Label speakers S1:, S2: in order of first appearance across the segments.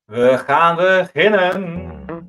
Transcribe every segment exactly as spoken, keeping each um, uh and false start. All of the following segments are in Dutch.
S1: We gaan beginnen.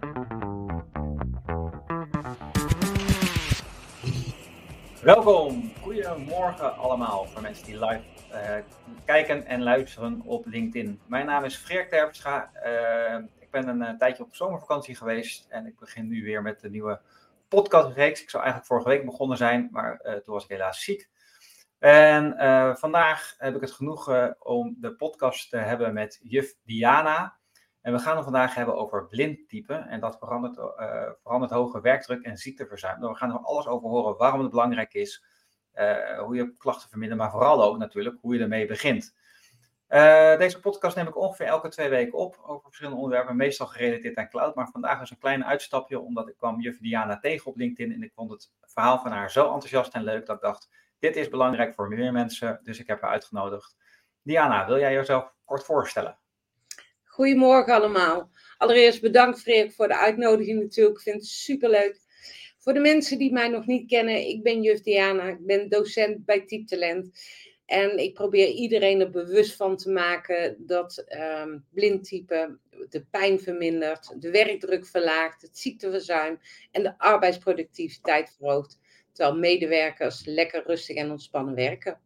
S1: Welkom, goedemorgen allemaal voor mensen die live uh, kijken en luisteren op LinkedIn. Mijn naam is Freek Terpstra. Uh, ik ben een uh, tijdje op zomervakantie geweest en ik begin nu weer met de nieuwe podcastreeks. Ik zou eigenlijk vorige week begonnen zijn, maar uh, toen was ik helaas ziek. En uh, vandaag heb ik het genoegen om de podcast te hebben met juf Diana. En we gaan het vandaag hebben over blindtypen en dat verandert, uh, verandert hoge werkdruk en ziekteverzuim. We gaan er alles over horen waarom het belangrijk is, uh, hoe je klachten vermindert, maar vooral ook natuurlijk hoe je ermee begint. Uh, deze podcast neem ik ongeveer elke twee weken op over verschillende onderwerpen, meestal gerelateerd aan cloud. Maar vandaag is een klein uitstapje, omdat ik kwam juf Diana tegen op LinkedIn en ik vond het verhaal van haar zo enthousiast en leuk dat ik dacht, dit is belangrijk voor meer mensen, dus ik heb haar uitgenodigd. Diana, wil jij jezelf kort voorstellen?
S2: Goedemorgen allemaal. Allereerst bedankt Freek voor de uitnodiging natuurlijk. Ik vind het superleuk. Voor de mensen die mij nog niet kennen, ik ben juf Diana. Ik ben docent bij Typtalent. En ik probeer iedereen er bewust van te maken dat um, blindtype de pijn vermindert, de werkdruk verlaagt, het ziekteverzuim en de arbeidsproductiviteit verhoogt. Terwijl medewerkers lekker rustig en ontspannen werken.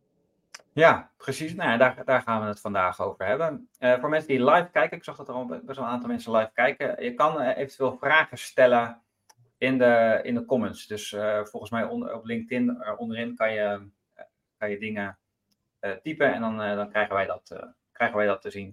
S1: Ja, precies. Nou ja, daar, daar gaan we het vandaag over hebben. Uh, voor mensen die live kijken, ik zag dat er al best wel een aantal mensen live kijken. Je kan uh, eventueel vragen stellen in de, in de comments. Dus uh, volgens mij onder, op LinkedIn uh, onderin kan je, uh, kan je dingen uh, typen en dan, uh, dan krijgen, wij dat, uh, krijgen wij dat te zien.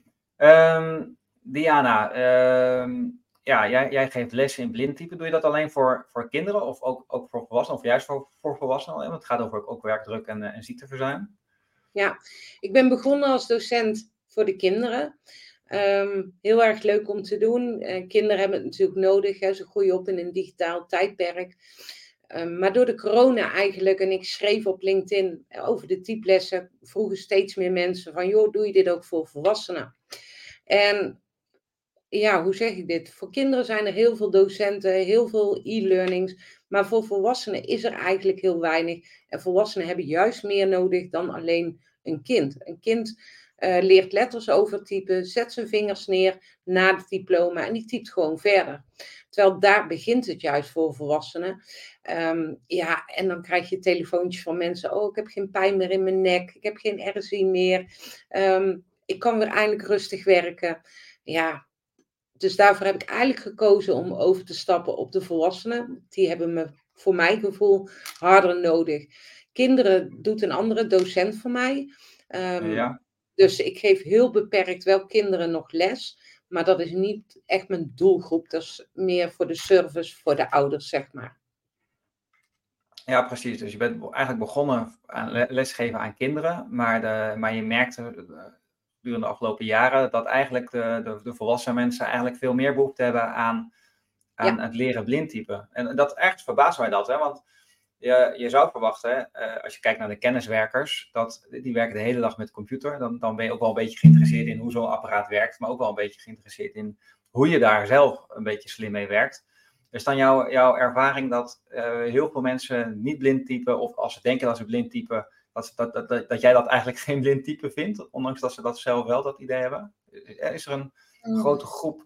S1: Um, Diana, um, ja, jij, jij geeft lessen in blindtypen. Doe je dat alleen voor, voor kinderen of ook, ook voor volwassenen? Of juist voor, voor volwassenen? Want het gaat over ook werkdruk en, uh, en ziekteverzuim.
S2: Ja, ik ben begonnen als docent voor de kinderen. Um, heel erg leuk om te doen. Uh, kinderen hebben het natuurlijk nodig. Hè. Ze groeien op in een digitaal tijdperk. Um, maar door de corona eigenlijk, en ik schreef op LinkedIn over de typlessen, vroegen steeds meer mensen van, joh, doe je dit ook voor volwassenen? En ja, hoe zeg ik dit? Voor kinderen zijn er heel veel docenten, heel veel e-learnings. Maar voor volwassenen is er eigenlijk heel weinig. En volwassenen hebben juist meer nodig dan alleen een kind. Een kind uh, leert letters overtypen, zet zijn vingers neer na het diploma en die typt gewoon verder. Terwijl daar begint het juist voor volwassenen. Um, ja, en dan krijg je telefoontjes van mensen. Oh, ik heb geen pijn meer in mijn nek. Ik heb geen R S I meer. Um, ik kan weer eindelijk rustig werken. Ja, dus daarvoor heb ik eigenlijk gekozen om over te stappen op de volwassenen. Die hebben me voor mijn gevoel harder nodig. Kinderen doet een andere docent voor mij. Um, ja. Dus ik geef heel beperkt wel kinderen nog les. Maar dat is niet echt mijn doelgroep. Dat is meer voor de service, voor de ouders, zeg maar.
S1: Ja, precies. Dus je bent eigenlijk begonnen aan lesgeven aan kinderen. Maar, de, maar je merkte gedurende de afgelopen jaren dat eigenlijk de, de, de volwassen mensen eigenlijk veel meer behoefte hebben aan, aan ja. het leren blindtypen. En dat echt verbaast mij dat, hè? Want je, je zou verwachten, uh, als je kijkt naar de kenniswerkers, dat die werken de hele dag met de computer. Dan, dan ben je ook wel een beetje geïnteresseerd in hoe zo'n apparaat werkt, maar ook wel een beetje geïnteresseerd in hoe je daar zelf een beetje slim mee werkt. Is dan jouw, jouw ervaring dat uh, heel veel mensen niet blind typen, of als ze denken dat ze blind typen, dat, dat, dat, dat, dat jij dat eigenlijk geen blind type vindt, ondanks dat ze dat zelf wel dat idee hebben? Is er een mm. grote groep?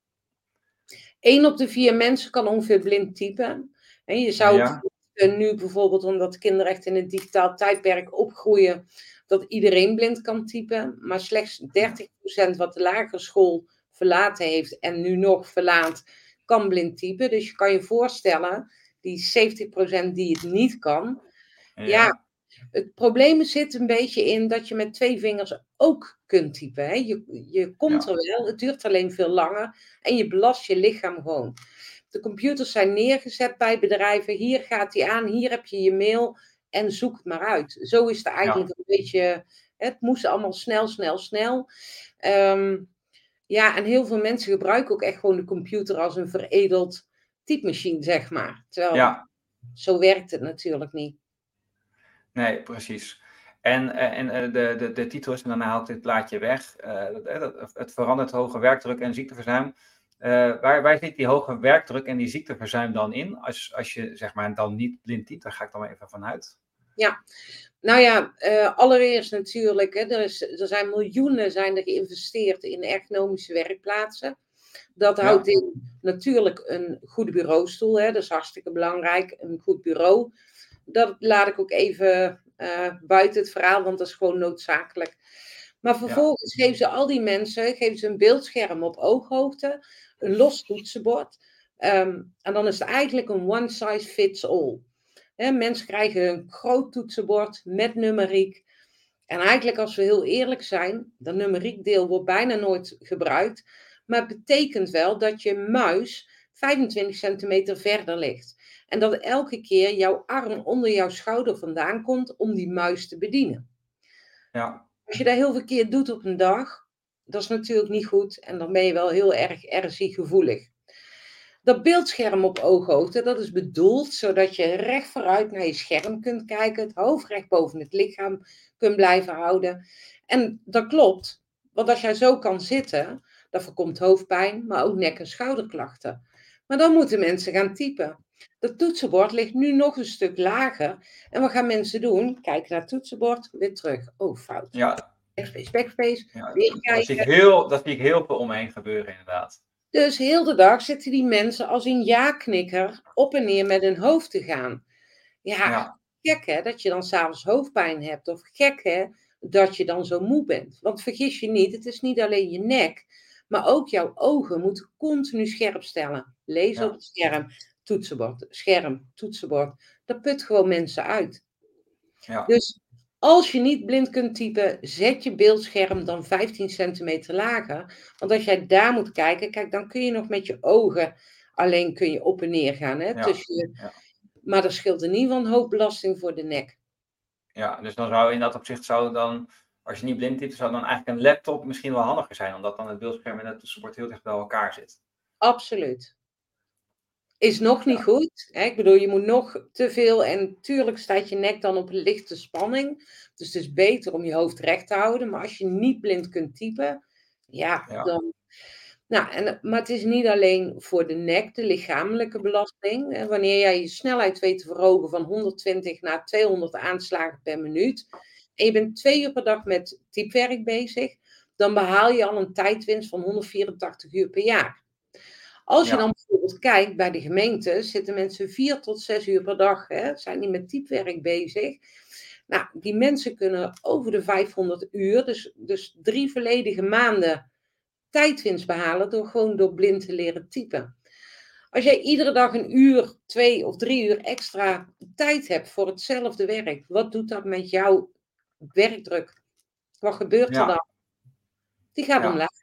S2: Eén op de vier mensen kan ongeveer blind typen. En je zou ja. het nu bijvoorbeeld, omdat kinderen echt in een digitaal tijdperk opgroeien, dat iedereen blind kan typen, maar slechts dertig procent wat de lagere school verlaten heeft en nu nog verlaat, kan blind typen. Dus je kan je voorstellen, die zeventig procent die het niet kan, ja, ja het probleem zit een beetje in dat je met twee vingers ook kunt typen. Hè? Je, je komt ja. er wel, het duurt alleen veel langer en je belast je lichaam gewoon. De computers zijn neergezet bij bedrijven, hier gaat die aan, hier heb je je mail en zoek het maar uit. Zo is het eigenlijk ja. een beetje, het moest allemaal snel, snel, snel. Um, ja, en heel veel mensen gebruiken ook echt gewoon de computer als een veredeld typemachine, zeg maar. Terwijl, ja. zo werkt het natuurlijk niet.
S1: Nee, precies. En, en de, de, de titel is, en daarna haal ik dit plaatje weg, uh, het verandert hoge werkdruk en ziekteverzuim. Uh, waar, waar zit die hoge werkdruk en die ziekteverzuim dan in? Als, als je zeg maar dan niet blind typt, daar ga ik dan even vanuit.
S2: Ja, nou ja, uh, allereerst natuurlijk, hè, er, is, er zijn miljoenen zijn er geïnvesteerd in ergonomische werkplaatsen. Dat houdt
S1: Ja.
S2: in natuurlijk een goede bureaustoel, hè, dat is hartstikke belangrijk, een goed bureau. Dat laat ik ook even uh, buiten het verhaal, want dat is gewoon noodzakelijk. Maar vervolgens ja. geven ze al die mensen geven ze een beeldscherm op ooghoogte, een los toetsenbord. Um, en dan is het eigenlijk een one size fits all. He, mensen krijgen een groot toetsenbord met numeriek. En eigenlijk, als we heel eerlijk zijn, dat numeriekdeel wordt bijna nooit gebruikt. Maar het betekent wel dat je muis vijfentwintig centimeter verder ligt. En dat elke keer jouw arm onder jouw schouder vandaan komt om die muis te bedienen.
S1: Ja.
S2: Als je dat heel veel keer doet op een dag, dat is natuurlijk niet goed. En dan ben je wel heel erg erg gevoelig. Dat beeldscherm op ooghoogte, dat is bedoeld zodat je recht vooruit naar je scherm kunt kijken, het hoofd recht boven het lichaam kunt blijven houden. En dat klopt, want als jij zo kan zitten, dan voorkomt hoofdpijn, maar ook nek- en schouderklachten. Maar dan moeten mensen gaan typen. Dat toetsenbord ligt nu nog een stuk lager. En wat gaan mensen doen? Kijken naar het toetsenbord, weer terug. Oh, fout.
S1: Ja.
S2: Backspace, backspace,
S1: ja,
S2: weer
S1: dat,
S2: kijken.
S1: Dat zie, ik heel, dat zie ik heel veel om me heen gebeuren, inderdaad.
S2: Dus heel de dag zitten die mensen als een ja-knikker op en neer met hun hoofd te gaan. Ja, ja. Gek hè, dat je dan s'avonds hoofdpijn hebt. Of gek hè, dat je dan zo moe bent. Want vergis je niet, het is niet alleen je nek. Maar ook jouw ogen moeten continu scherp stellen. Lezen ja. op het scherm, toetsenbord, scherm, toetsenbord. Dat put gewoon mensen uit.
S1: Ja.
S2: Dus als je niet blind kunt typen, zet je beeldscherm dan vijftien centimeter lager. Want als jij daar moet kijken, kijk, dan kun je nog met je ogen alleen kun je op en neer gaan. Hè?
S1: Ja.
S2: Dus je,
S1: ja.
S2: Maar dat scheelt in ieder geval een hoop belasting voor de nek.
S1: Ja, dus dan zou in dat opzicht zou dan, als je niet blind typt, zou dan eigenlijk een laptop misschien wel handiger zijn, omdat dan het beeldscherm en het toetsenbord heel dicht bij elkaar zit.
S2: Absoluut. Is nog niet ja. goed. Hè? Ik bedoel, je moet nog te veel en tuurlijk staat je nek dan op een lichte spanning. Dus het is beter om je hoofd recht te houden. Maar als je niet blind kunt typen, ja, ja. dan... Nou, en, maar het is niet alleen voor de nek, de lichamelijke belasting. Hè? Wanneer jij je snelheid weet te verhogen van honderdtwintig naar tweehonderd aanslagen per minuut. En je bent twee uur per dag met typwerk bezig. Dan behaal je al een tijdwinst van honderdvierentachtig uur per jaar. Als je ja. dan bijvoorbeeld kijkt bij de gemeente, zitten mensen vier tot zes uur per dag, hè, zijn die met typwerk bezig. Nou, die mensen kunnen over de vijfhonderd uur, dus, dus drie volledige maanden tijdwinst behalen door gewoon door blind te leren typen. Als jij iedere dag een uur, twee of drie uur extra tijd hebt voor hetzelfde werk, wat doet dat met jouw werkdruk? Wat gebeurt ja. er dan? Die gaat ja. omlaag.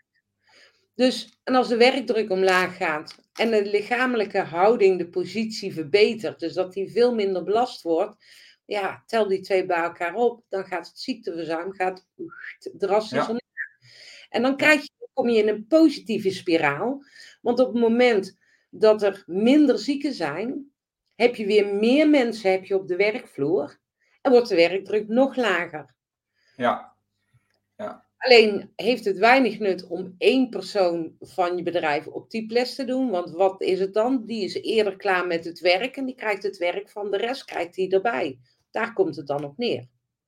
S2: Dus, en als de werkdruk omlaag gaat en de lichamelijke houding, de positie verbetert, dus dat die veel minder belast wordt, ja, tel die twee bij elkaar op, dan gaat het ziekteverzuim gaat drastisch ja. omlaag. En dan krijg je, kom je in een positieve spiraal, want op het moment dat er minder zieken zijn, heb je weer meer mensen heb je op de werkvloer en wordt de werkdruk nog lager.
S1: Ja. Ja.
S2: Alleen heeft het weinig nut om één persoon van je bedrijf op typles te doen. Want wat is het dan? Die is eerder klaar met het werk en die krijgt het werk van de rest krijgt die erbij. Daar komt het dan op neer.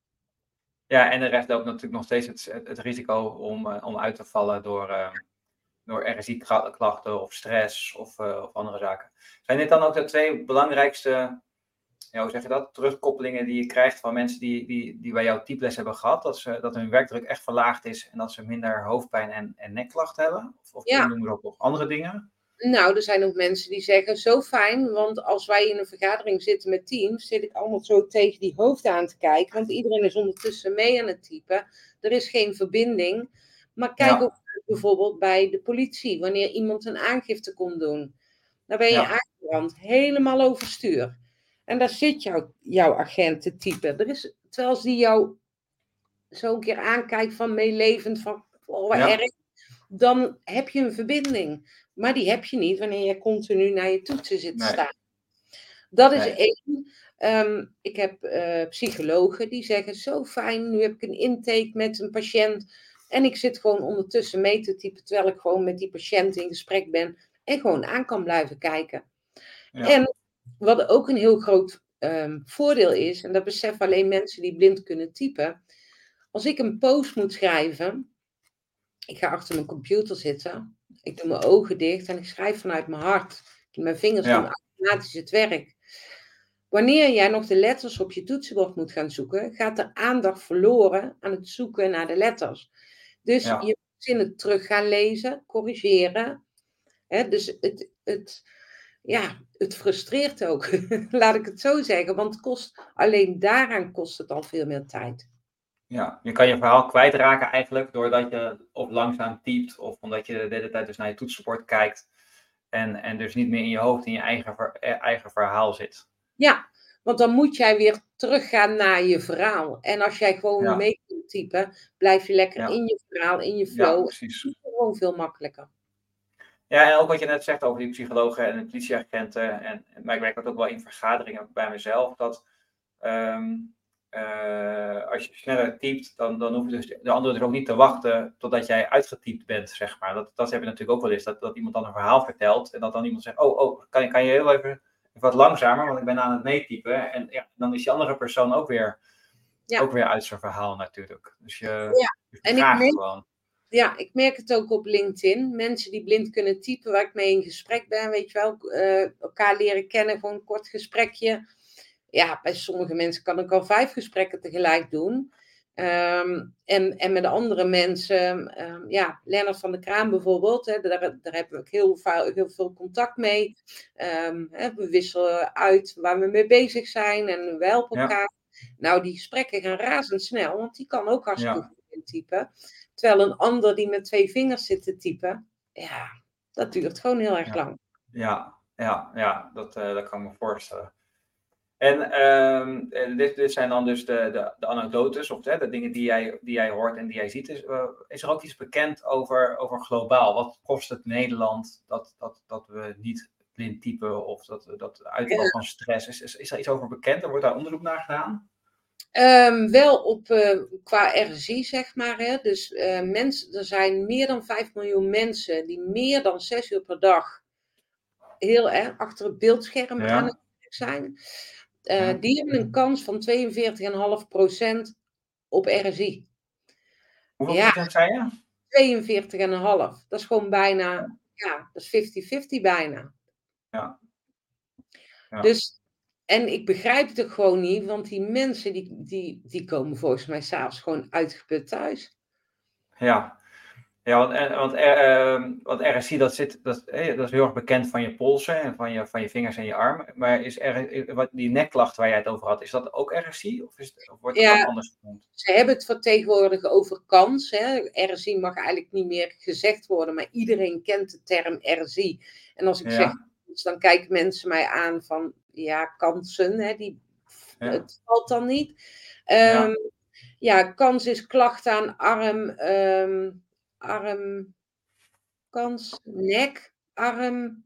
S1: Ja, en de rest loopt natuurlijk nog steeds het, het, het risico om, uh, om uit te vallen door, uh, door R S I-klachten of stress of, uh, of andere zaken. Zijn dit dan ook de twee belangrijkste... Ja, hoe zeg je dat? Terugkoppelingen die je krijgt van mensen die, die, die bij jouw typles hebben gehad. Dat, ze, dat hun werkdruk echt verlaagd is en dat ze minder hoofdpijn en, en nekklachten hebben. Of, of
S2: ja.
S1: noemen we ook nog andere dingen?
S2: Nou, er zijn ook mensen die zeggen, zo fijn, want als wij in een vergadering zitten met teams, zit ik allemaal zo tegen die hoofd aan te kijken. Want iedereen is ondertussen mee aan het typen. Er is geen verbinding. Maar kijk ja. ook bijvoorbeeld bij de politie, wanneer iemand een aangifte komt doen. Dan ben je ja. aangebrand, helemaal overstuur. En daar zit jouw, jouw agent te typen. Er is, terwijl die jou zo een keer aankijkt van meelevend, van oh, wat ja. erg. Dan heb je een verbinding. Maar die heb je niet wanneer je continu naar je toetsen zit te nee. staan. Dat is nee. één. Um, ik heb uh, psychologen die zeggen, zo fijn, nu heb ik een intake met een patiënt. En ik zit gewoon ondertussen mee te typen, terwijl ik gewoon met die patiënt in gesprek ben. En gewoon aan kan blijven kijken. Ja. En wat ook een heel groot um, voordeel is, en dat beseffen alleen mensen die blind kunnen typen. Als ik een post moet schrijven, ik ga achter mijn computer zitten, ik doe mijn ogen dicht en ik schrijf vanuit mijn hart. Mijn vingers
S1: Ja.
S2: doen automatisch het werk. Wanneer jij nog de letters op je toetsenbord moet gaan zoeken, gaat de aandacht verloren aan het zoeken naar de letters. Dus
S1: Ja.
S2: je moet zinnen terug gaan lezen, corrigeren. Hè, dus het, het, ja, het frustreert ook, laat ik het zo zeggen. Want het kost, alleen daaraan kost het al veel meer tijd.
S1: Ja, je kan je verhaal kwijtraken eigenlijk doordat je of langzaam typt of omdat je de hele tijd dus naar je toetsenbord kijkt en, en dus niet meer in je hoofd in je eigen, ver, eigen verhaal zit.
S2: Ja, want dan moet jij weer teruggaan naar je verhaal. En als jij gewoon
S1: Ja.
S2: mee kunt typen, blijf je lekker
S1: Ja.
S2: in je verhaal, in je flow.
S1: Ja, precies.
S2: Het is gewoon veel makkelijker.
S1: Ja, en ook wat je net zegt over die psychologen en de politieagenten. En, maar ik merk dat ook wel in vergaderingen bij mezelf. Dat um, uh, als je sneller typt, dan, dan hoef je dus de andere dus ook niet te wachten totdat jij uitgetypt bent, zeg maar. Dat, dat heb je natuurlijk ook wel eens. Dat, dat iemand dan een verhaal vertelt en dat dan iemand zegt, oh, oh kan, je, kan je heel even, even wat langzamer, want ik ben aan het meetypen. En ja, dan is die andere persoon ook weer, ja. ook weer uit zijn verhaal natuurlijk. Dus je,
S2: ja.
S1: je
S2: en ik
S1: merk, gewoon.
S2: Ja, ik merk het ook op LinkedIn. Mensen die blind kunnen typen, waar ik mee in gesprek ben, weet je wel. Uh, elkaar leren kennen, gewoon een kort gesprekje. Ja, bij sommige mensen kan ik al vijf gesprekken tegelijk doen. Um, en, en met andere mensen, um, ja, Lennart van der Kraan bijvoorbeeld, hè, daar, daar heb ik heel, heel veel contact mee. Um, hè, we wisselen uit waar we mee bezig zijn en we helpen elkaar. Ja. Nou, die gesprekken gaan razendsnel, want die kan ook hartstikke ja. goed typen. Terwijl een ander die met twee vingers zit te typen, ja, dat duurt gewoon heel erg
S1: ja.
S2: lang.
S1: Ja, ja, ja dat, uh, dat kan ik me voorstellen. En um, dit, dit zijn dan dus de, de, de anekdotes, of de, de dingen die jij, die jij hoort en die jij ziet. Is, uh, is er ook iets bekend over, over globaal? Wat kost het Nederland dat, dat, dat we niet blind typen of dat, dat uitval van stress? Is, is, is er iets over bekend? Er wordt daar onderzoek naar gedaan?
S2: Um, wel op, uh, qua R S I, zeg maar. Hè. Dus uh, mensen, er zijn meer dan vijf miljoen mensen die meer dan zes uur per dag heel erg achter het beeldscherm ja. aan het werk zijn. Uh, ja. Die hebben een kans van tweeënveertig komma vijf procent op R S I.
S1: Hoeveel ja. procent zei je?
S2: tweeënveertig komma vijf. Dat is gewoon bijna, ja, ja dat is vijftig vijftig bijna.
S1: Ja.
S2: ja. Dus... En ik begrijp het ook gewoon niet, want die mensen die, die, die komen volgens mij s'avonds gewoon uitgeput thuis.
S1: Ja, ja want, want, uh, want R S I dat, zit, dat, dat is heel erg bekend van je polsen en van je, van je vingers en je armen. Maar is R, wat, die nekklacht waar jij het over had, is dat ook R S I of, is het, of wordt dat ja, anders genoemd?
S2: Ze hebben het vertegenwoordig over kans. Hè. R S I mag eigenlijk niet meer gezegd worden, maar iedereen kent de term R S I. En als ik ja. zeg, dan kijken mensen mij aan van... Ja, kansen, hè, die, ja. het valt dan niet. Um, ja. ja, kans is klacht aan arm, um, arm, kans, nek, arm.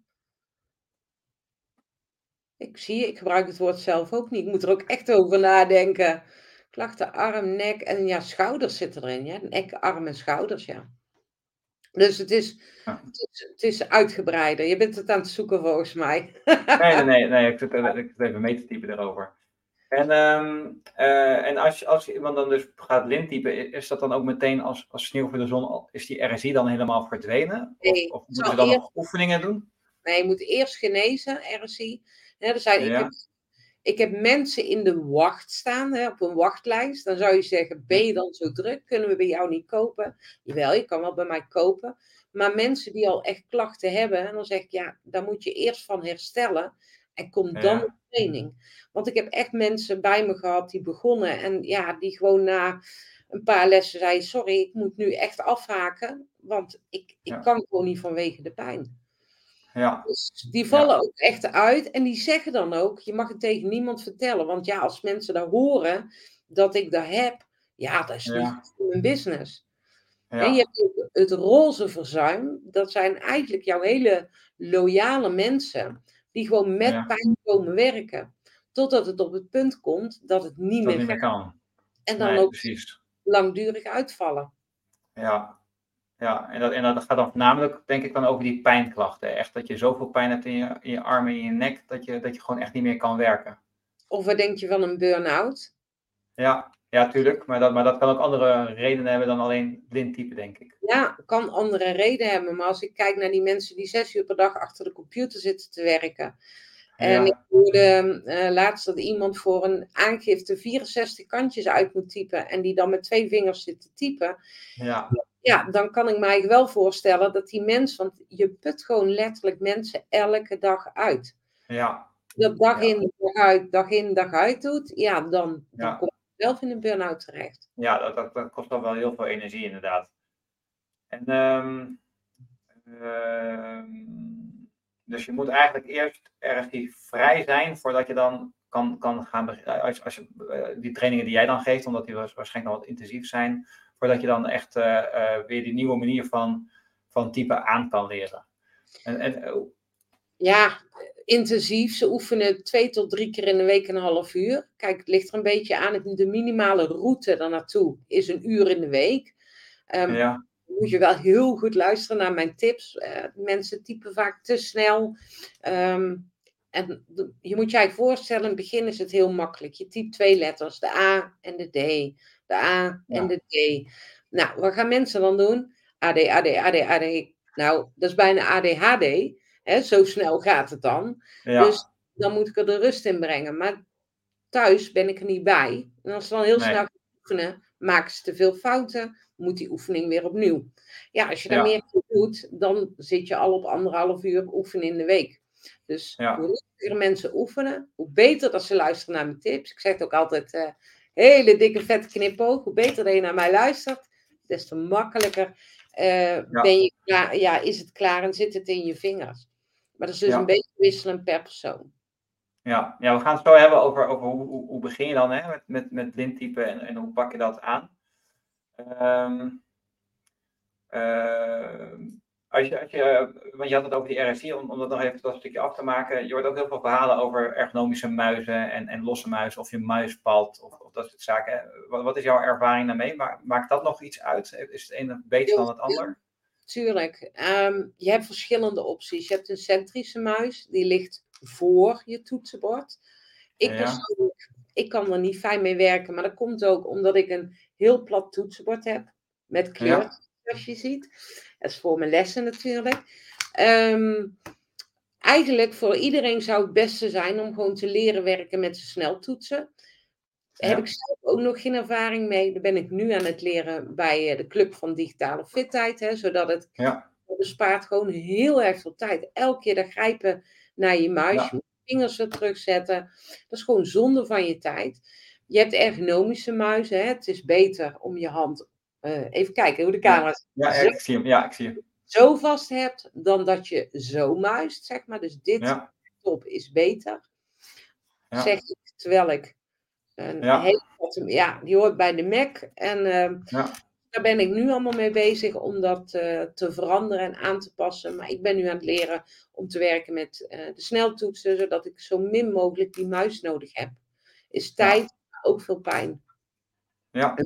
S2: Ik zie, ik gebruik het woord zelf ook niet. Ik moet er ook echt over nadenken. Klachten, arm, nek en ja, schouders zitten erin. Ja? Nek, arm en schouders, ja. Dus het is, ja. het, is, het is uitgebreider. Je bent het aan het zoeken volgens mij.
S1: nee, nee, nee, nee. Ik zit, ik zit even mee te typen erover. En, um, uh, en als, als iemand dan dus gaat linttypen, is dat dan ook meteen als, als sneeuw voor de zon, is die R S I dan helemaal verdwenen?
S2: Nee,
S1: of of moeten ze dan eerst, nog oefeningen doen?
S2: Nee, je moet eerst genezen, R S I. Ja, er zijn, ja. ik, heb, ik heb mensen in de wacht staan, hè, op een wachtlijst. Dan zou je zeggen, ben je dan zo druk? Kunnen we bij jou niet kopen? Jawel, je kan wel bij mij kopen. Maar mensen die al echt klachten hebben, en dan zeg ik, ja, daar moet je eerst van herstellen. En kom dan ja. op training. Want ik heb echt mensen bij me gehad die begonnen. En ja, die gewoon na een paar lessen zeiden, sorry, ik moet nu echt afhaken. Want ik, ik ja. kan gewoon niet vanwege de pijn.
S1: Ja.
S2: Dus die vallen
S1: ja.
S2: ook echt uit. En die zeggen dan ook, je mag het tegen niemand vertellen. Want ja, als mensen dat horen, dat ik dat heb. Ja, dat is ja. niet goed voor mijn business. Ja. En je hebt het roze verzuim. Dat zijn eigenlijk jouw hele loyale mensen. Die gewoon met ja. pijn komen werken. Totdat het op het punt komt dat het niet,
S1: dat
S2: meer,
S1: niet meer kan.
S2: En dan
S1: nee,
S2: ook
S1: precies.
S2: langdurig uitvallen.
S1: Ja, ja. En, dat, en dat gaat dan voornamelijk, denk ik, dan over die pijnklachten. Echt dat je zoveel pijn hebt in je, in je armen en in je nek, dat je, dat je gewoon echt niet meer kan werken.
S2: Of wat denk je van een burn-out?
S1: Ja, ja, tuurlijk. Maar dat, maar dat kan ook andere redenen hebben dan alleen blind typen, denk ik.
S2: Ja, kan andere redenen hebben. Maar als ik kijk naar die mensen die zes uur per dag achter de computer zitten te werken. En ik
S1: Ja,
S2: hoorde uh, laatst dat iemand voor een aangifte vierenzestig kantjes uit moet typen. En die dan met twee vingers zit te typen.
S1: ja,
S2: Ja, dan kan ik mij wel voorstellen dat die mens, want je put gewoon letterlijk mensen elke dag uit.
S1: ja,
S2: Dat dag
S1: ja,
S2: in, dag uit, dag in, dag uit doet, ja, dan, dan
S1: ja.
S2: kom je zelf in een burn-out terecht.
S1: Ja, dat, dat, dat kost dan wel heel veel energie, inderdaad. En, ehm, ehm, dus je moet eigenlijk eerst ergens vrij zijn voordat je dan kan, kan gaan beginnen. Als, als je, eh, die trainingen die jij dan geeft, omdat die waarschijnlijk dan wat intensief zijn, voordat je dan echt eh, eh, weer die nieuwe manier van, van typen aan kan leren. En, en, eh,
S2: Ja, intensief. Ze oefenen twee tot drie keer in de week een half uur. Kijk, het ligt er een beetje aan. De minimale route daar naartoe is een uur in de week. Um,
S1: ja,
S2: moet je wel heel goed luisteren naar mijn tips. Uh, mensen typen vaak te snel. Um, en de, je moet je eigenlijk voorstellen, in het begin is het heel makkelijk. Je typt twee letters, de A en de D. De A en
S1: ja,
S2: de D. Nou, wat gaan mensen dan doen? A D, A D, A D, A D. Nou, dat is bijna A D H D. Hè, zo snel gaat het dan. Dus
S1: ja,
S2: dan moet ik er de rust in brengen. Maar thuis ben ik er niet bij. En als ze dan heel snel
S1: nee,
S2: gaan oefenen, maken ze te veel fouten, moet die oefening weer opnieuw. Ja, als je daar
S1: ja,
S2: meer voor doet, dan zit je al op anderhalf uur oefenen in de week. Dus hoe
S1: ja,
S2: rustiger mensen oefenen, hoe beter dat ze luisteren naar mijn tips. Ik zeg het ook altijd, uh, hele dikke vette knipoog. Hoe beter dat je naar mij luistert, des te makkelijker uh,
S1: ja,
S2: ben je klaar, ja, is het klaar en zit het in je vingers. Maar dat is dus een
S1: ja.
S2: beetje wisselend per persoon.
S1: Ja, ja, we gaan het zo hebben over, over hoe, hoe, hoe begin je dan hè, met, met, met blindtypen en, en hoe pak je dat aan. Um, uh, als je, als je, want je had het over die R S I, om, om dat nog even dat stukje af te maken. Je hoort ook heel veel verhalen over ergonomische muizen en, en losse muizen of je muis palt of, of dat soort zaken. Wat, wat is jouw ervaring daarmee? Maakt, maakt dat nog iets uit? Is het ene beter dan het ander?
S2: Tuurlijk. Um, je hebt verschillende opties. Je hebt een centrische muis, die ligt voor je toetsenbord. Ik
S1: Ja,
S2: persoonlijk, ik kan er niet fijn mee werken, maar dat komt ook omdat ik een heel plat toetsenbord heb, met
S1: ja,
S2: kleurtjes, zoals je ziet. Dat is voor mijn lessen natuurlijk. Um, eigenlijk voor iedereen zou het beste zijn om gewoon te leren werken met de sneltoetsen. Daar heb ik
S1: ja,
S2: zelf ook nog geen ervaring mee. Daar ben ik nu aan het leren bij de Club van Digitale Fitheid, hè, zodat het
S1: ja,
S2: bespaart gewoon heel erg veel tijd. Elke keer dat grijpen naar je muis, je
S1: ja,
S2: moet je vingers weer terugzetten. Dat is gewoon zonde van je tijd. Je hebt ergonomische muizen. Hè? Het is beter om je hand, uh, even kijken hoe de
S1: ja,
S2: camera
S1: ja,
S2: zo,
S1: ik zie hem, ja, ik zie hem.
S2: zo vast hebt, dan dat je zo muist, zeg maar. Dus dit
S1: Ja,
S2: top is beter, zeg
S1: ja,
S2: ik, terwijl ik een
S1: ja,
S2: hele, ja, die hoort bij de Mac en uh,
S1: ja.
S2: daar ben ik nu allemaal mee bezig om dat uh, te veranderen en aan te passen. Maar ik ben nu aan het leren om te werken met uh, de sneltoetsen, zodat ik zo min mogelijk die muis nodig heb. Is tijd,
S1: Ja,
S2: maar ook veel pijn.
S1: ja.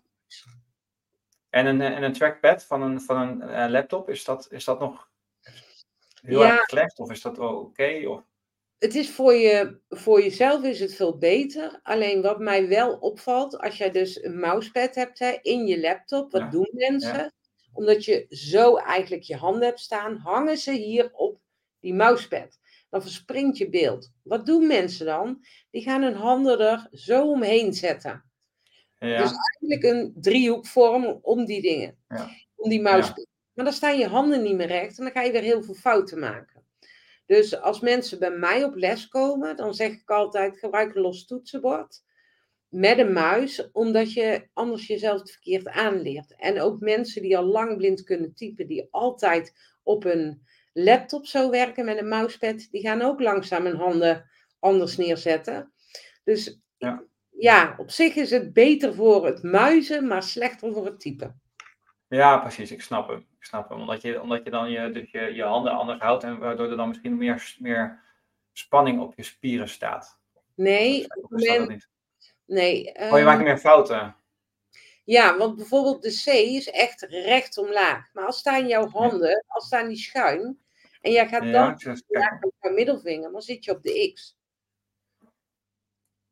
S1: En een, en een trackpad van een, van een uh, laptop, is dat, is dat nog heel
S2: Ja,
S1: erg slecht of is dat wel oké? Okay, of...
S2: het is voor, je, voor jezelf is het veel beter. Alleen wat mij wel opvalt, als jij dus een mousepad hebt hè, in je laptop, wat
S1: Ja,
S2: doen
S1: ja,
S2: mensen? Omdat je zo eigenlijk je handen hebt staan, hangen ze hier op die mousepad. Dan verspringt je beeld. Wat doen mensen dan? Die gaan hun handen er zo omheen zetten. Dus
S1: ja,
S2: eigenlijk een driehoekvorm om die dingen,
S1: ja,
S2: om die
S1: ja,
S2: mousepad. Maar dan staan je handen niet meer recht en dan ga je weer heel veel fouten maken. Dus als mensen bij mij op les komen, dan zeg ik altijd: gebruik een los toetsenbord met een muis, omdat je anders jezelf het verkeerd aanleert. En ook mensen die al lang blind kunnen typen, die altijd op een laptop zo werken met een mousepad, die gaan ook langzaam hun handen anders neerzetten. Dus
S1: ja.
S2: ja, op zich is het beter voor het muizen, maar slechter voor het typen.
S1: Ja, precies, ik snap hem. Ik snap hem. Omdat je, omdat je dan je, dus je, je handen anders houdt en waardoor er dan misschien meer, meer spanning op je spieren staat.
S2: Nee,
S1: Of,
S2: op het
S1: of is dat het
S2: moment,
S1: niet?
S2: nee.
S1: Oh, je maakt
S2: Um,
S1: meer fouten.
S2: Ja, want bijvoorbeeld de C is echt recht omlaag. Maar als staan jouw
S1: Ja,
S2: handen, als staan die schuin, en jij gaat
S1: ja,
S2: dan
S1: ik zal even
S2: omlaag
S1: kijken.
S2: met jouw middelvinger, dan zit je op de X.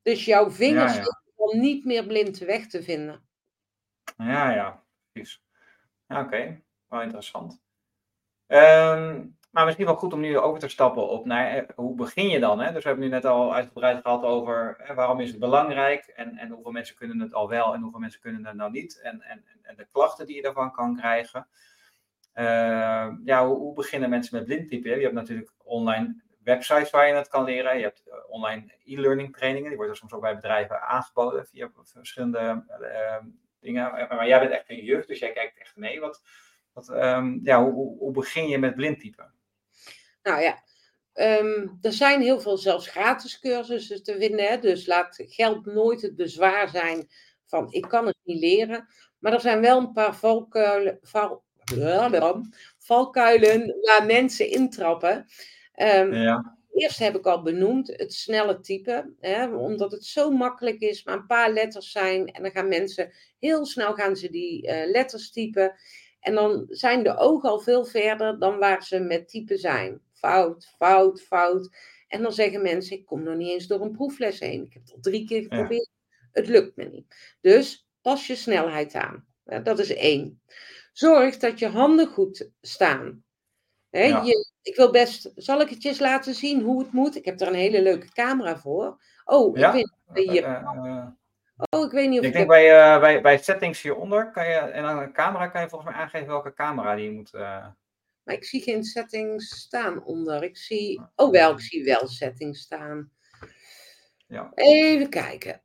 S2: Dus jouw
S1: Ja,
S2: vingers
S1: ja.
S2: zijn dan niet meer blind de weg te vinden.
S1: Ja, ja, precies. Ja, oké. Wel interessant. Ehm, maar misschien wel goed om nu over te stappen op naar, eh, hoe begin je dan, hè? Dus we hebben nu net al uitgebreid gehad over, hè, waarom is het belangrijk en en hoeveel mensen kunnen het al wel en hoeveel mensen kunnen het nou niet en en en de klachten die je daarvan kan krijgen. Ehm, ja, hoe hoe beginnen mensen met blindtypen? Je hebt natuurlijk online websites waar je het kan leren. Je hebt, eh, online e-learning trainingen, die worden soms ook bij bedrijven aangeboden via verschillende, ehm, dingen. Maar maar jij bent echt een juf, dus jij kijkt echt mee. Wat wat, ehm, ja, hoe hoe hoe begin je met blindtypen?
S2: Nou ja, ehm, er zijn heel veel zelfs gratis cursussen te vinden, hè, dus laat geld nooit het bezwaar zijn van ik kan het niet leren. Maar er zijn wel een paar valkuilen, val, valkuilen waar mensen intrappen. Ehm
S1: Ja,
S2: Eerst heb ik al benoemd, het snelle typen, hè, omdat het zo makkelijk is, maar een paar letters zijn en dan gaan mensen heel snel gaan ze die eh, letters typen en dan zijn de ogen al veel verder dan waar ze met typen zijn. Fout, fout, fout. En dan zeggen mensen, ik kom nog niet eens door een proefles heen. Ik heb het al drie keer
S1: ja,
S2: geprobeerd, het lukt me niet. Dus pas je snelheid aan. Ja, dat is één. Zorg dat je handen goed staan. Hè,
S1: ja,
S2: je, ik wil best, zal ik het je eens laten zien hoe het moet? Ik heb er een hele leuke camera voor. Oh, ik weet
S1: ja.
S2: niet of je hier.
S1: Eh, eh,
S2: Oh, ik weet niet of
S1: ik
S2: ik
S1: denk
S2: heb.
S1: bij, eh, bij, bij settings hieronder kan je, en dan een camera kan je volgens mij aangeven welke camera die je moet. eh,
S2: Maar ik zie geen settings staan onder. Ik zie. Oh, wel, ik zie wel settings staan.
S1: ja,
S2: Even kijken.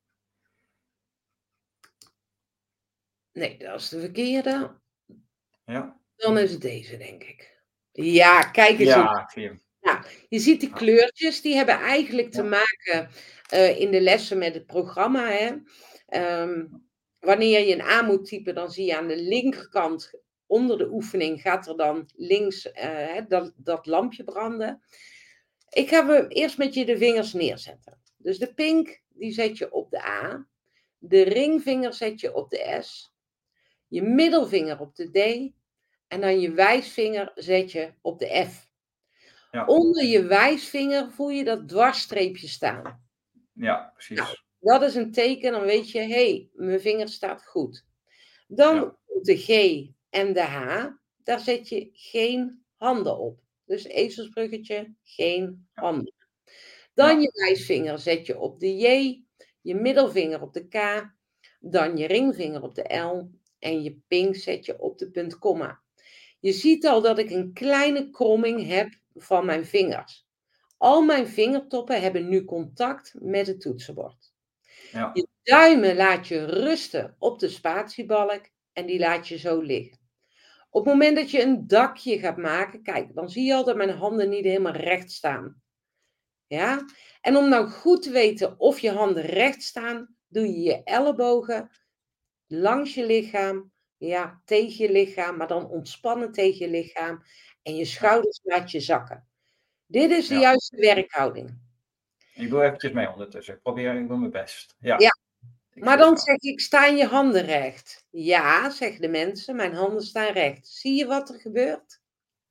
S2: Nee, dat is de verkeerde.
S1: ja,
S2: Dan is het deze, denk ik. Ja, kijk eens. Hoe.
S1: ja, ik zie hem.
S2: Nou, je ziet de
S1: Ja,
S2: kleurtjes, die hebben eigenlijk te
S1: ja,
S2: maken eh, in de lessen met het programma. Hè. Ehm, wanneer je een A moet typen, dan zie je aan de linkerkant onder de oefening gaat er dan links eh, hè, dat, dat lampje branden. Ik ga we eerst met je de vingers neerzetten. Dus de pink, die zet je op de A. De ringvinger zet je op de S. Je middelvinger op de D. En dan je wijsvinger zet je op de F.
S1: ja,
S2: Onder je wijsvinger voel je dat dwarsstreepje staan.
S1: ja,
S2: Nou,
S1: precies.
S2: dat is een teken, dan weet je, hé, hey, mijn vinger staat goed. Dan
S1: Ja,
S2: komt de G en de H, daar zet je geen handen op. Dus ezelsbruggetje, geen
S1: ja,
S2: handen. Dan je
S1: ja,
S2: wijsvinger zet je op de J, je middelvinger op de K, dan je ringvinger op de L en je pink zet je op de punt komma. Je ziet al dat ik een kleine kromming heb van mijn vingers. Al mijn vingertoppen hebben nu contact met het toetsenbord.
S1: ja,
S2: Je duimen laat je rusten op de spatiebalk en die laat je zo liggen. Op het moment dat je een dakje gaat maken, kijk, dan zie je al dat mijn handen niet helemaal recht staan. Ja? En om nou goed te weten of je handen recht staan, doe je je ellebogen langs je lichaam, ja, tegen je lichaam, maar dan ontspannen tegen je lichaam. En je
S1: ja,
S2: schouders laat je zakken. Dit is de
S1: ja.
S2: juiste werkhouding.
S1: Ik doe eventjes mee ondertussen. Ik probeer, ik doe mijn best.
S2: Ja,
S1: Ja, ik
S2: maar
S1: zie het
S2: dan
S1: wel.
S2: zeg ik, staan je handen recht? Ja, zeggen de mensen, mijn handen staan recht. Zie je wat er gebeurt?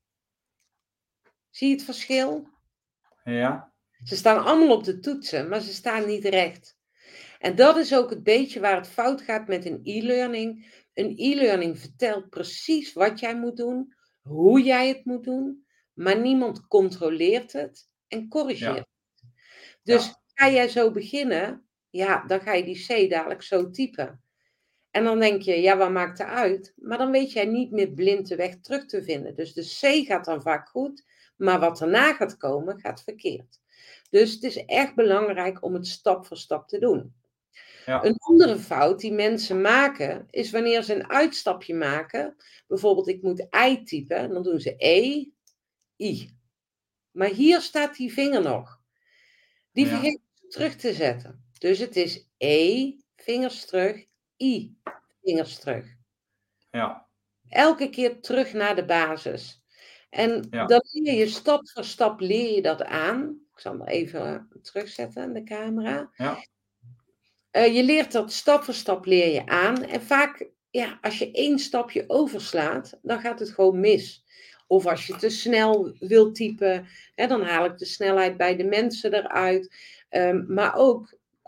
S2: Zie je het verschil?
S1: Ja,
S2: Ze staan allemaal op de toetsen, maar ze staan niet recht. En dat is ook het beetje waar het fout gaat met een e-learning. Een e-learning vertelt precies wat jij moet doen, hoe jij het moet doen, maar niemand controleert het en corrigeert.
S1: ja,
S2: Dus
S1: ja,
S2: ga jij zo beginnen, ja, dan ga je die C dadelijk zo typen. En dan denk je, ja, wat maakt het uit? Maar dan weet jij niet meer blind de weg terug te vinden. Dus de C gaat dan vaak goed, maar wat daarna gaat komen, gaat verkeerd. Dus het is echt belangrijk om het stap voor stap te doen. Een
S1: ja,
S2: andere fout die mensen maken, is wanneer ze een uitstapje maken. Bijvoorbeeld, ik moet I typen, dan doen ze E, I. Maar hier staat die vinger nog. Die
S1: ja,
S2: vergeet ze terug te zetten. Dus het is E, vingers terug, I, vingers terug.
S1: ja,
S2: Elke keer terug naar de basis. En
S1: ja,
S2: dat leer je stap voor stap leer je dat aan. Ik zal hem even terugzetten aan de camera.
S1: ja,
S2: Uh, je leert dat stap voor stap leer je aan. En vaak, ja, als je één stapje overslaat, dan gaat het gewoon mis. Of als je te snel wilt typen, hè, dan haal ik de snelheid bij de mensen eruit. Um, maar ook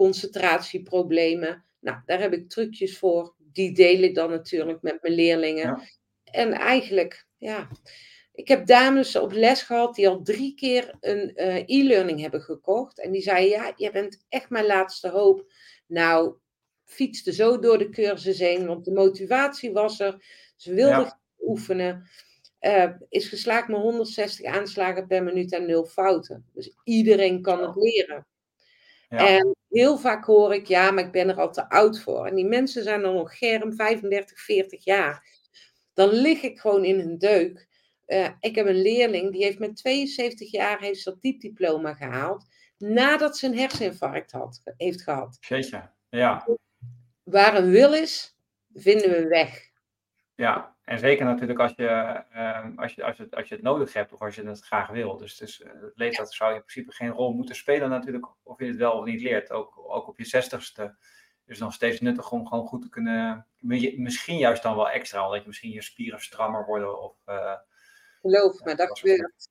S2: concentratieproblemen. Nou, daar heb ik trucjes voor. Die deel ik dan natuurlijk met mijn leerlingen.
S1: Ja.
S2: En eigenlijk, ja, ik heb dames op les gehad die al drie keer een uh, e-learning hebben gekocht. En die zeiden, ja, jij bent echt mijn laatste hoop. Nou, fietste zo door de cursus heen, want de motivatie was er. Ze wilden
S1: Ja.
S2: oefenen. Uh, is geslaagd met honderdzestig aanslagen per minuut en nul fouten. Dus iedereen kan het leren.
S1: Ja.
S2: En heel vaak hoor ik, ja, maar ik ben er al te oud voor. En die mensen zijn dan nog germ vijfendertig, veertig jaar. Dan lig ik gewoon in hun deuk. Uh, ik heb een leerling, die heeft met tweeënzeventig jaar heeft dat diepdiploma gehaald. Nadat ze een herseninfarct had, heeft gehad.
S1: Jeetje, ja.
S2: Waar een wil is, vinden we een weg.
S1: Ja, en zeker natuurlijk als je, uh, als, je, als, je, als je het nodig hebt of als je het graag wil. Dus, dus uh, het leeftijd zou in principe geen rol moeten spelen natuurlijk of je het wel of niet leert. Ook, ook op je zestigste is het nog steeds nuttig om gewoon goed te kunnen, misschien juist dan wel extra, omdat je misschien je spieren strammer worden of... Uh,
S2: Geloof me, dat gebeurt.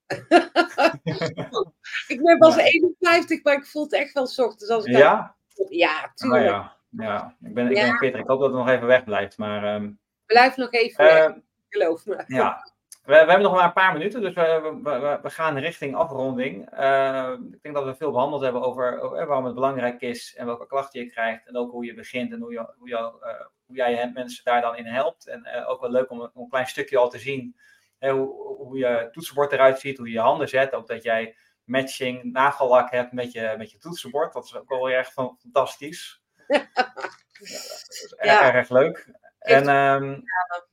S2: Ik ben pas ja. eenenvijftig, maar ik voel het echt wel 's ochtends als ik
S1: ja?
S2: Dan... Ja, tuurlijk.
S1: Oh, ja. Ja, ik ben, ik ja. ben veertig. Ik hoop dat het nog even weg blijft. Maar, um,
S2: Blijf nog even uh, weg, geloof me.
S1: Ja, we, we hebben nog maar een paar minuten, dus we, we, we gaan richting afronding. Uh, ik denk dat we veel behandeld hebben over, over waarom het belangrijk is en welke klachten je krijgt. En ook hoe je begint en hoe, je, hoe, jou, uh, hoe jij mensen daar dan in helpt. En uh, ook wel leuk om, om een klein stukje al te zien hè, hoe, hoe je toetsenbord eruit ziet, hoe je je handen zet. Ook dat jij matching nagellak hebt met je, met je toetsenbord. Dat is ook wel weer echt fantastisch. Ja, dat is ja. erg, erg leuk. En, um,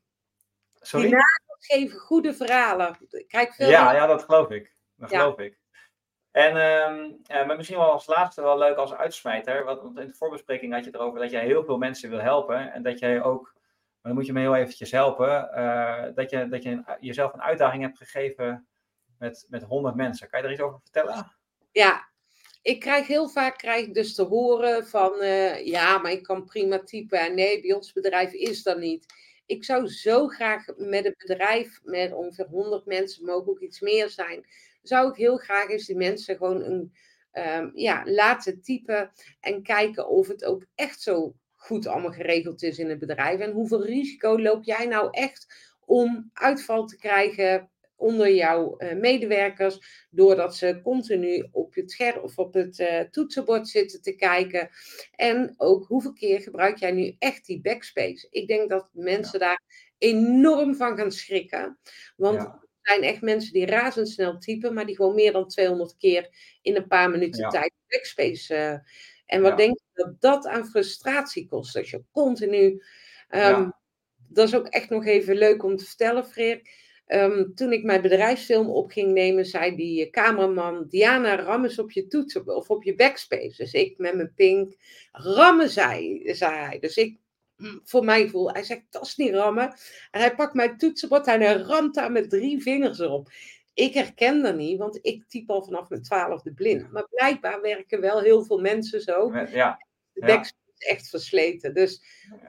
S1: sorry?
S2: Die nagels geven goede verhalen. Kijk veel
S1: ja, ja, dat geloof ik. Dat
S2: ja.
S1: geloof ik. En um, ja, maar misschien wel als laatste wel leuk als uitsmijter. Want in de voorbespreking had je het erover dat jij heel veel mensen wil helpen. En dat jij ook, maar dan moet je me heel eventjes helpen, uh, dat je, dat je een, jezelf een uitdaging hebt gegeven met, met honderd mensen. Kan je er iets over vertellen?
S2: Ja. Ik krijg heel vaak krijg ik dus te horen van, uh, ja, maar ik kan prima typen. En nee, bij ons bedrijf is dat niet. Ik zou zo graag met een bedrijf met ongeveer honderd mensen, mogen ook iets meer zijn, zou ik heel graag eens die mensen gewoon een, um, ja, laten typen en kijken of het ook echt zo goed allemaal geregeld is in het bedrijf. En hoeveel risico loop jij nou echt om uitval te krijgen onder jouw uh, medewerkers, doordat ze continu op het scherm of op het uh, toetsenbord zitten te kijken. En ook hoeveel keer gebruik jij nu echt die backspace? Ik denk dat mensen ja. daar enorm van gaan schrikken. Want ja. er zijn echt mensen die razendsnel typen, maar die gewoon meer dan tweehonderd keer in een paar minuten ja. tijd backspace. Uh, en wat ja. denk je dat dat aan frustratie kost? Als je continu... Um, ja. Dat is ook echt nog even leuk om te vertellen, Freek. Um, toen ik mijn bedrijfsfilm op ging nemen, zei die cameraman, Diana, ram eens op je toetsen of op je backspace. Dus ik met mijn pink, rammen, zei, zei hij. Dus ik, voor mijn gevoel, hij zegt, dat is niet rammen. En hij pakt mijn toetsenbord en hij ramt daar met drie vingers erop. Ik herken dat niet, want ik typ al vanaf mijn twaalfde blind. Maar blijkbaar werken wel heel veel mensen zo.
S1: Ja.
S2: De backspace is echt versleten. Dus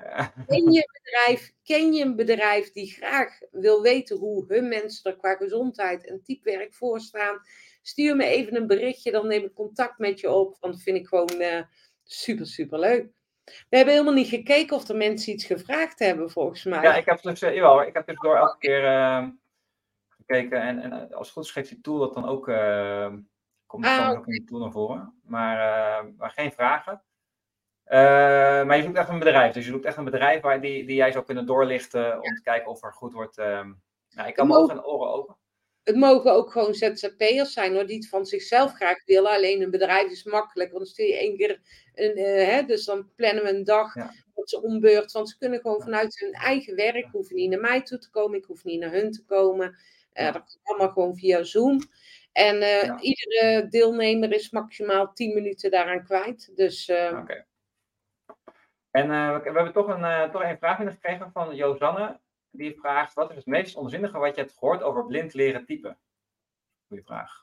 S2: ken je een bedrijf, ken je een bedrijf die graag wil weten hoe hun mensen er qua gezondheid en typewerk voor staan? Stuur me even een berichtje, dan neem ik contact met je op. Want dat vind ik gewoon uh, super, super leuk. We hebben helemaal niet gekeken of er mensen iets gevraagd hebben, volgens mij.
S1: Ja, ik heb dus, uh, jawel, ik heb dus door elke keer uh, gekeken. En, en als het goed is, geeft die tool dat dan ook. Uh, komt ah, okay. ook in de tool naar voren. Maar, uh, maar geen vragen. Uh, maar je zoekt echt een bedrijf. Dus je zoekt echt een bedrijf waar die, die jij zou kunnen doorlichten om te kijken of er goed wordt. Uh, nou, ik kan mijn ogen en oren open.
S2: Het mogen ook gewoon Z Z P'ers zijn hoor, die het van zichzelf graag willen. Alleen een bedrijf is makkelijk, want dan stuur je één keer een, uh, hè, dus dan plannen we een dag ja. dat ze ombeurt. Want ze kunnen gewoon vanuit hun eigen werk, hoeven niet naar mij toe te komen, ik hoef niet naar hun te komen. Uh, ja. Dat kan allemaal gewoon via Zoom. En uh, ja. iedere deelnemer is maximaal tien minuten daaraan kwijt. Dus... Uh,
S1: Oké. Okay. En uh, we, we hebben toch een, uh, toch een vraag gekregen van Josanne. Die vraagt, wat is het meest onzinnige wat je hebt gehoord over blind leren typen? Goeie vraag.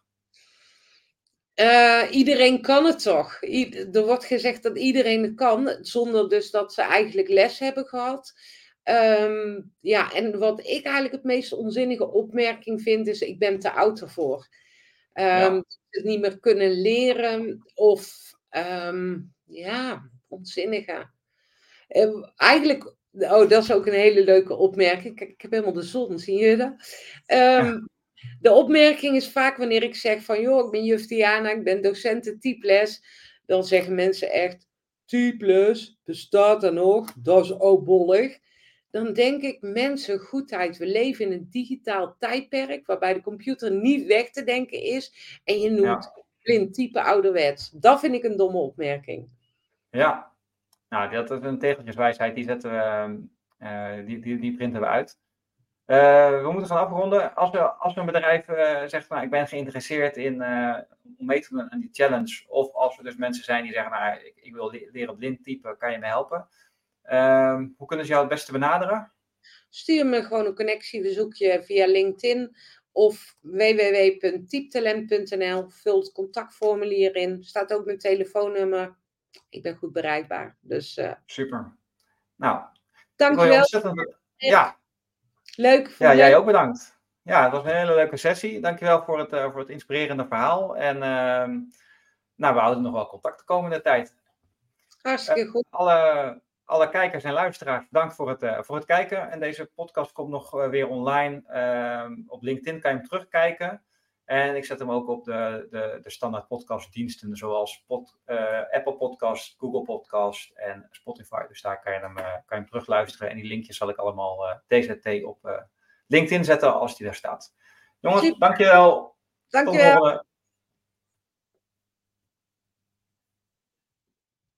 S2: Uh, iedereen kan het toch? I- er wordt gezegd dat iedereen het kan, zonder dus dat ze eigenlijk les hebben gehad. Um, ja, en wat ik eigenlijk het meest onzinnige opmerking vind, is ik ben te oud ervoor. Um, ja. Het niet meer kunnen leren of... Um, Ja, onzinnige. Uh, eigenlijk, oh, dat is ook een hele leuke opmerking. Kijk, ik heb helemaal de zon, zie je dat? Um, de opmerking is vaak wanneer ik zeg van, joh, ik ben juf Diana, ik ben docenten typles. Dan zeggen mensen echt, typles, bestaat er nog? Dat is oudbollig. Dan denk ik, mensen, goedheid. We leven in een digitaal tijdperk waarbij de computer niet weg te denken is. En je noemt
S1: Ja.
S2: blind type ouderwets. Dat vind ik een domme opmerking.
S1: Ja, nou, dat is een tegeltjeswijsheid, die zetten we, uh, die, die, die printen we uit. Uh, we moeten gaan afronden. Als, we, als een bedrijf uh, zegt, nou, ik ben geïnteresseerd in uh, om mee te doen aan die challenge, of als er dus mensen zijn die zeggen, nou, ik, ik wil leren blind typen, kan je me helpen? Uh, hoe kunnen ze jou het beste benaderen?
S2: Stuur me gewoon een connectieverzoekje via LinkedIn of w w w punt typtalent punt n l. Vul het contactformulier in. Er staat ook mijn telefoonnummer. Ik ben goed bereikbaar. Dus, uh...
S1: Super. Nou,
S2: dank je wel. Ontzettend...
S1: Ja.
S2: Leuk.
S1: Ja,
S2: leuk.
S1: jij ook bedankt. Ja, het was een hele leuke sessie. Dankjewel voor het, uh, voor het inspirerende verhaal. En uh, nou, we houden nog wel contact de komende tijd.
S2: Hartstikke goed.
S1: Uh, alle, alle kijkers en luisteraars, bedankt voor het, uh, voor het kijken. En deze podcast komt nog uh, weer online. Uh, op LinkedIn kan je hem terugkijken. En ik zet hem ook op de, de, de standaard podcastdiensten, zoals pod, uh, Apple Podcast, Google Podcast en Spotify. Dus daar kan je hem, uh, kan je hem terugluisteren. En die linkjes zal ik allemaal uh, T Z T op uh, LinkedIn zetten als die daar staat. Jongens, dankjewel.
S2: Dankjewel.
S1: Tot de volgende.